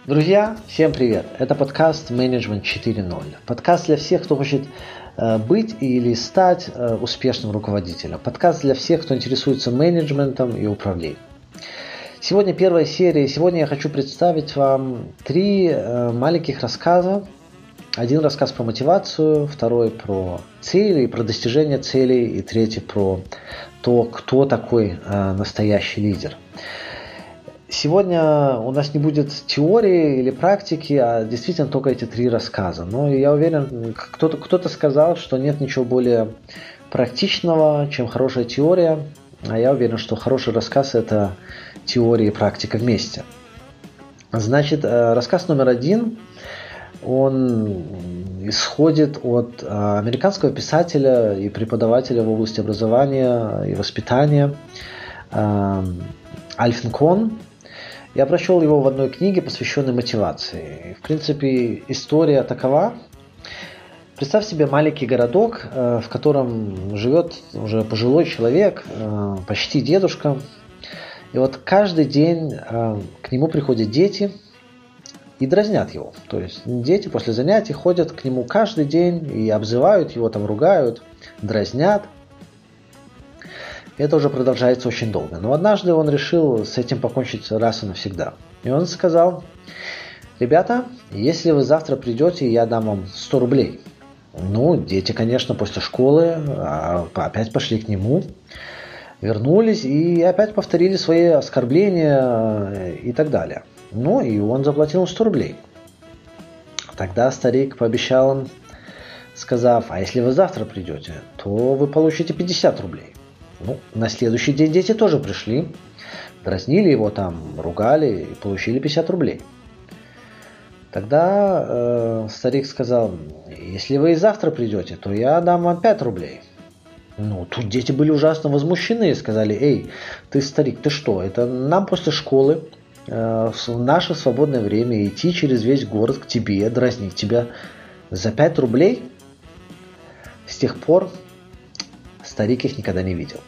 Друзья, всем привет! Это подкаст «Менеджмент 4.0». Подкаст для всех, кто хочет быть или стать успешным руководителем. Подкаст для всех, кто интересуется менеджментом и управлением. Сегодня первая серия. Сегодня я хочу представить вам три маленьких рассказа. Один рассказ про мотивацию, второй про цели и про достижение целей, и третий про то, кто такой настоящий лидер. Сегодня у нас не будет теории или практики, а действительно только эти три рассказа. Но я уверен, кто-то сказал, что нет ничего более практичного, чем хорошая теория. А я уверен, что хороший рассказ – это теория и практика вместе. Значит, рассказ номер один, он исходит от американского писателя и преподавателя в области образования и воспитания Альфен Кон. Я прочел его в одной книге, посвященной мотивации. В принципе, история такова. Представь себе маленький городок, в котором живет уже пожилой человек, почти дедушка. И вот каждый день к нему приходят дети и дразнят его. То есть дети после занятий ходят к нему каждый день и обзывают его, там ругают, дразнят. Это уже продолжается очень долго. Но однажды он решил с этим покончить раз и навсегда. И он сказал: ребята, если вы завтра придете, я дам вам 100 рублей. Ну, дети, конечно, после школы опять пошли к нему, вернулись и опять повторили свои оскорбления и так далее. Ну, и он заплатил им 100 рублей. Тогда старик пообещал им, сказав: а если вы завтра придете, то вы получите 50 рублей. Ну, на следующий день дети тоже пришли, дразнили его там, ругали и получили 50 рублей. Тогда старик сказал: если вы и завтра придете, то я дам вам 5 рублей. Ну, тут дети были ужасно возмущены и сказали: эй, ты старик, ты что, это нам после школы в наше свободное время идти через весь город к тебе, дразнить тебя за 5 рублей? С тех пор старик их никогда не видел.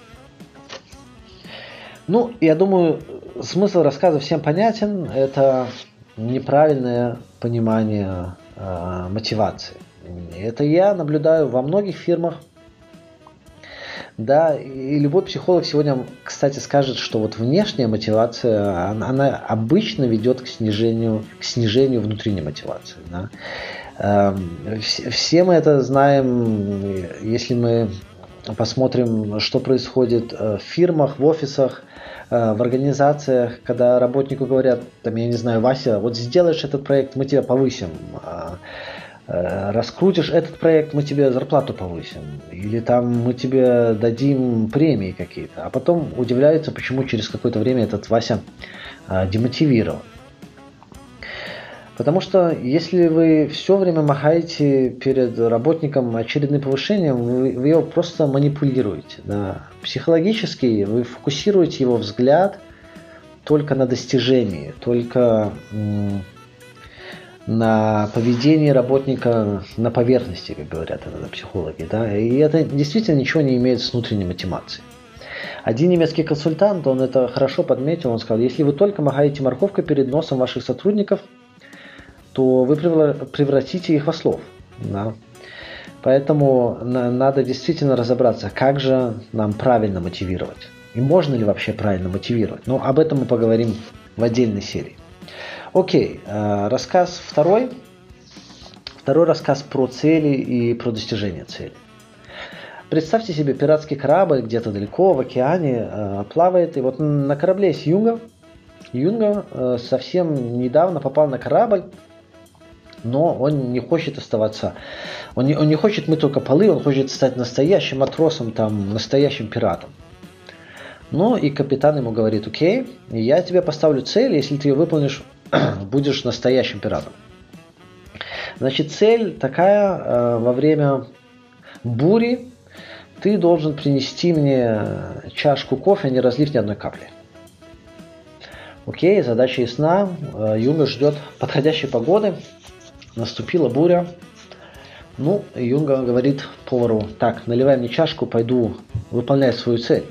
Ну, я думаю, смысл рассказа всем понятен. Это неправильное понимание мотивации. Это я наблюдаю во многих фирмах. Да, и любой психолог сегодня, кстати, скажет, что вот внешняя мотивация, она обычно ведет к снижению внутренней мотивации. Да. Все мы это знаем, если мы посмотрим, что происходит в фирмах, в офисах, в организациях, когда работнику говорят, там, я не знаю, Вася, вот сделаешь этот проект, мы тебя повысим. Раскрутишь этот проект, мы тебе зарплату повысим. Или там мы тебе дадим премии какие-то. А потом удивляются, почему через какое-то время этот Вася демотивирован. Потому что если вы все время махаете перед работником очередным повышением, вы его просто манипулируете. Да. Психологически вы фокусируете его взгляд только на достижении, только на поведении работника на поверхности, как говорят иногда психологи. Да. И это действительно ничего не имеет с внутренней мотивацией. Один немецкий консультант, он это хорошо подметил, он сказал: если вы только махаете морковкой перед носом ваших сотрудников, то вы превратите их в ослов. Да? Поэтому надо действительно разобраться, как же нам правильно мотивировать. И можно ли вообще правильно мотивировать. Но об этом мы поговорим в отдельной серии. Окей, рассказ второй. Второй рассказ про цели и про достижение цели. Представьте себе, пиратский корабль где-то далеко в океане плавает. И вот на корабле есть Юнга. Юнга совсем недавно попал на корабль, но он не хочет оставаться, он не хочет мыть только полы, он хочет стать настоящим матросом, там, настоящим пиратом. Ну и капитан ему говорит: окей, я тебе поставлю цель, если ты ее выполнишь, будешь настоящим пиратом. Значит, цель такая: во время бури ты должен принести мне чашку кофе, не разлив ни одной капли. Окей, задача ясна, Юнга ждет подходящей погоды. Наступила буря. Ну, Юнга говорит повару: так, наливай мне чашку, пойду выполнять свою цель.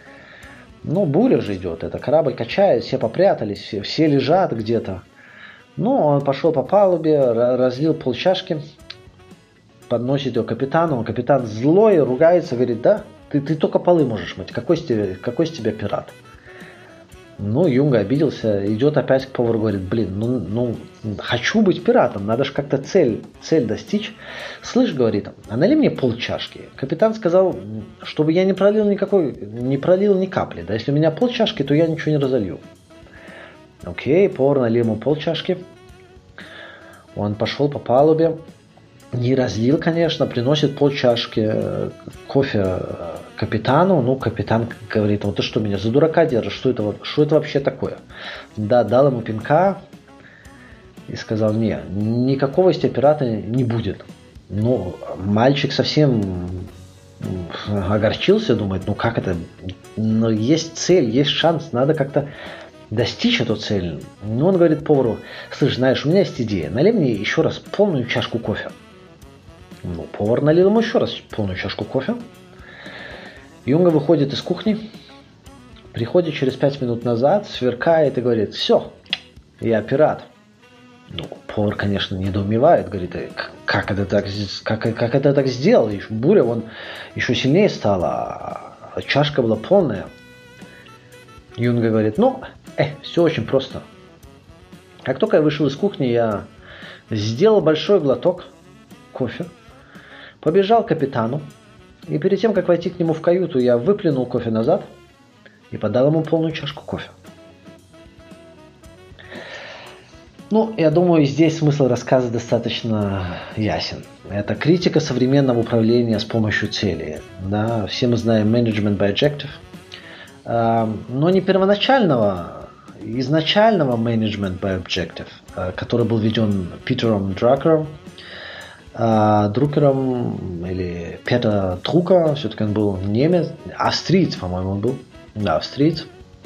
Ну, буря же идет, это корабль качает, все попрятались, все лежат где-то. Ну, он пошел по палубе, разлил полчашки, подносит ее капитану. Капитан злой, ругается, говорит: да, ты только полы можешь мыть, какой с тебя пират? Ну, Юнга обиделся, идет опять к повару, говорит: блин, ну, хочу быть пиратом, надо же как-то цель достичь. Слышь, говорит, а налей мне полчашки. Капитан сказал, чтобы я не пролил ни капли. Да, если у меня полчашки, то я ничего не разолью. Окей, повар налил ему полчашки. Он пошел по палубе, не разлил, конечно, приносит полчашки кофе капитану. Ну, капитан говорит: вот ты что, меня за дурака держишь? Что это вообще такое? Да, дал ему пинка и сказал: не, никакого из тебя пирата не будет. Ну, мальчик совсем огорчился, думает: ну как это? Но есть цель, есть шанс, надо как-то достичь эту цель. Ну, он говорит повару: слышь, знаешь, у меня есть идея, налей мне еще раз полную чашку кофе. Ну, повар налил ему еще раз полную чашку кофе. Юнга выходит из кухни, приходит через 5 минут назад, сверкает и говорит: все, я пират. Ну, повар, конечно, недоумевает, говорит: как это так сделал? И буря, вон еще сильнее стала, а чашка была полная. Юнга говорит: ну, все очень просто. Как только я вышел из кухни, я сделал большой глоток кофе, побежал к капитану, и перед тем, как войти к нему в каюту, я выплюнул кофе назад и подал ему полную чашку кофе. Ну, я думаю, здесь смысл рассказа достаточно ясен. Это критика современного управления с помощью цели. Да? Все мы знаем management by objective, но не первоначального, изначального management by objective, который был введен Питером Друкером, или Петер Друкер, все-таки он был немец, австриец, по-моему, он был, да, австриец.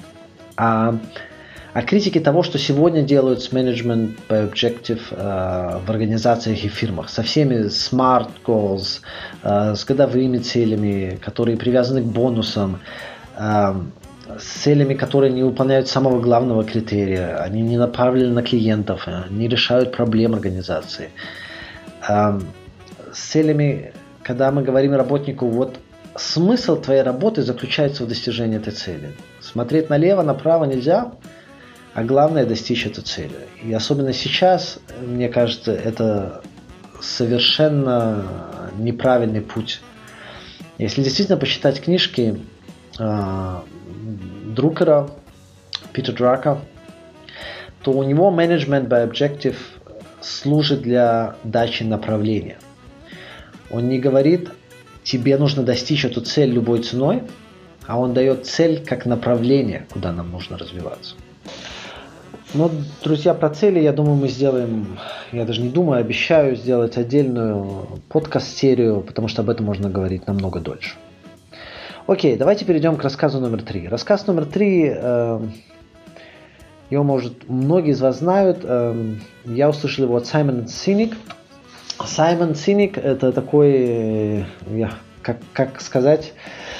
О критике того, что сегодня делают с Management by Objective в организациях и фирмах, со всеми smart goals, с годовыми целями, которые привязаны к бонусам, с целями, которые не выполняют самого главного критерия, они не направлены на клиентов, не решают проблем организации. С целями, когда мы говорим работнику: вот смысл твоей работы заключается в достижении этой цели. Смотреть налево, направо нельзя, а главное достичь этой цели. И особенно сейчас, мне кажется, это совершенно неправильный путь. Если действительно почитать книжки Друкера, Питера Друкера, то у него Management by Objective служит для дачи направления. Он не говорит: тебе нужно достичь эту цель любой ценой, а он дает цель как направление, куда нам нужно развиваться. Но, друзья, про цели, я думаю, мы сделаем, я даже не думаю, обещаю сделать отдельную подкаст-серию, потому что об этом можно говорить намного дольше. Окей, давайте перейдем к рассказу номер 3. Рассказ номер 3, его, может, многие из вас знают, я услышал его от Саймон Синек. Саймон Синек — это такой, как сказать,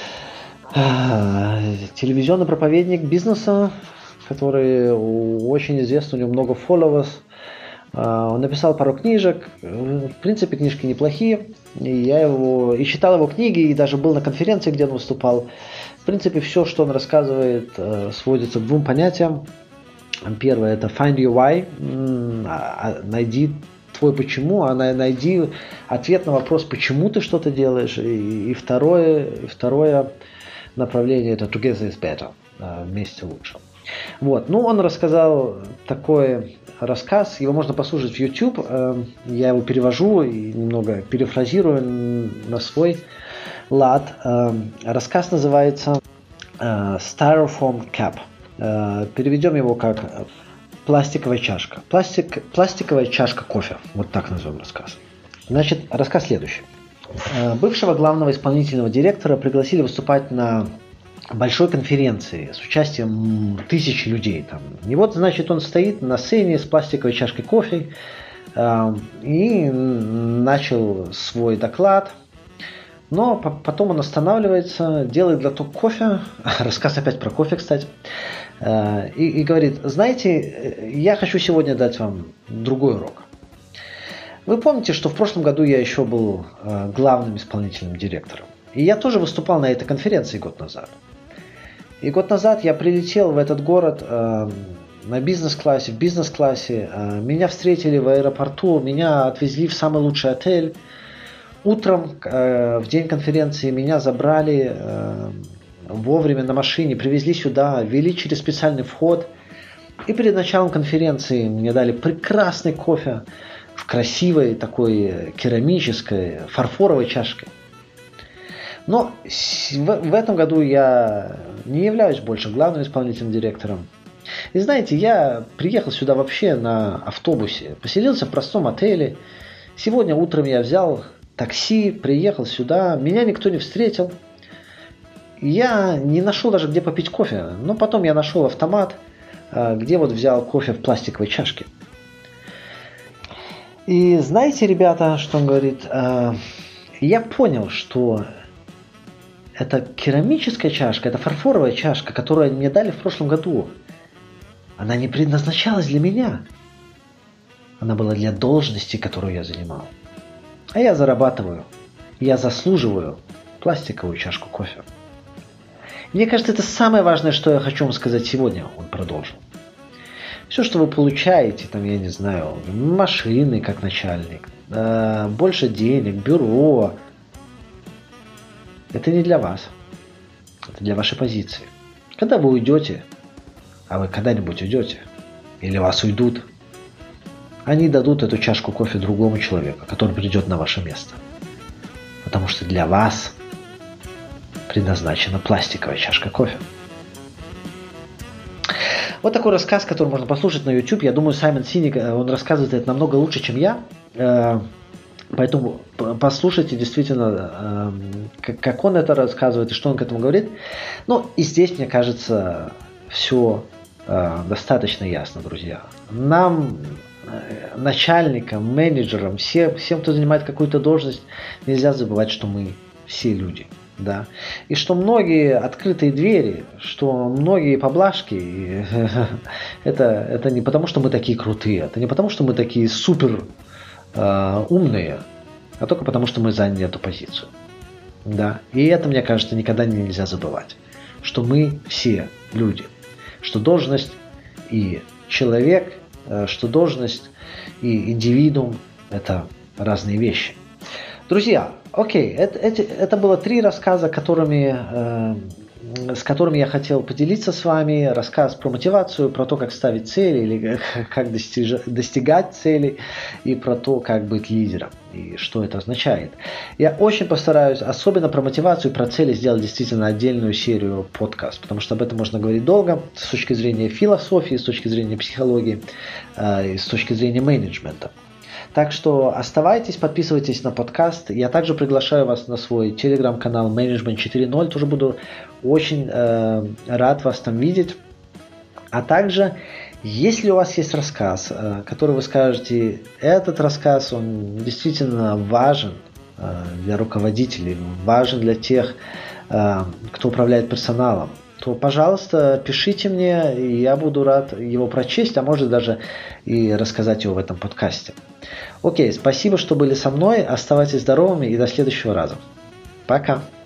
телевизионный проповедник бизнеса, который очень известный, у него много followers. Он написал пару книжек, в принципе, книжки неплохие, и я читал его книги, и даже был на конференции, где он выступал. В принципе, все, что он рассказывает, сводится к двум понятиям. Первое — это find your why, найди твой почему, найди ответ на вопрос, почему ты что-то делаешь. И второе направление — это together is better, вместе лучше. Вот. Ну, он рассказал такой рассказ, его можно послушать в YouTube, я его перевожу и немного перефразирую на свой лад. Рассказ называется Styrofoam Cup. Переведем его как пластиковая чашка. Пластиковая чашка кофе. Вот так назовем рассказ. Значит, рассказ следующий. Бывшего главного исполнительного директора пригласили выступать на большой конференции с участием тысячи людей. Там. И вот, значит, он стоит на сцене с пластиковой чашкой кофе и начал свой доклад. Но потом он останавливается, делает глоток кофе. Рассказ опять про кофе, кстати. И говорит: знаете, я хочу сегодня дать вам другой урок. Вы помните, что в прошлом году я еще был главным исполнительным директором. И я тоже выступал на этой конференции год назад. И год назад я прилетел в этот город на бизнес-классе, в бизнес-классе. Меня встретили в аэропорту, меня отвезли в самый лучший отель. Утром, в день конференции, меня забрали вовремя на машине, привезли сюда, вели через специальный вход. И перед началом конференции мне дали прекрасный кофе в красивой такой керамической фарфоровой чашке. Но в этом году я не являюсь больше главным исполнительным директором. И знаете, я приехал сюда вообще на автобусе, поселился в простом отеле. Сегодня утром я взял такси, приехал сюда, меня никто не встретил. Я не нашел даже где попить кофе, но потом я нашел автомат, где вот взял кофе в пластиковой чашке. И знаете, ребята, что он говорит? Я понял, что эта керамическая чашка, эта фарфоровая чашка, которую мне дали в прошлом году, она не предназначалась для меня. Она была для должности, которую я занимал. А я зарабатываю, я заслуживаю пластиковую чашку кофе. Мне кажется, это самое важное, что я хочу вам сказать сегодня, он продолжил. Все, что вы получаете, там, я не знаю, машины как начальник, больше денег, бюро, это не для вас. Это для вашей позиции. Когда вы уйдете, а вы когда-нибудь уйдете, или вас уйдут, они дадут эту чашку кофе другому человеку, который придет на ваше место. Потому что для вас предназначена пластиковая чашка кофе. Вот такой рассказ, который можно послушать на YouTube. Я думаю, Саймон Синик, он рассказывает это намного лучше, чем я. Поэтому послушайте действительно, как он это рассказывает и что он к этому говорит. Ну, и здесь, мне кажется, все достаточно ясно, друзья. Нам, начальникам, менеджерам, всем, кто занимает какую-то должность, нельзя забывать, что мы все люди. Да? И что многие открытые двери, что многие поблажки, это не потому, что мы такие крутые, это не потому, что мы такие супер умные, а только потому, что мы заняли эту позицию. Да? И это, мне кажется, никогда нельзя забывать, что мы все люди, что должность и человек, что должность и индивидуум – это разные вещи. Друзья, окей, это было 3 рассказа, с которыми я хотел поделиться с вами. Рассказ про мотивацию, про то, как ставить цели или как достигать целей, и про то, как быть лидером и что это означает. Я очень постараюсь, особенно про мотивацию и про цели, сделать действительно отдельную серию подкаст, потому что об этом можно говорить долго с точки зрения философии, с точки зрения психологии и с точки зрения менеджмента. Так что оставайтесь, подписывайтесь на подкаст. Я также приглашаю вас на свой телеграм-канал Management 4.0. Тоже буду очень рад вас там видеть. А также, если у вас есть рассказ, который вы скажете, этот рассказ, он действительно важен для руководителей, важен для тех, кто управляет персоналом, то, пожалуйста, пишите мне, и я буду рад его прочесть, а может даже и рассказать его в этом подкасте. Окей, спасибо, что были со мной, оставайтесь здоровыми и до следующего раза. Пока!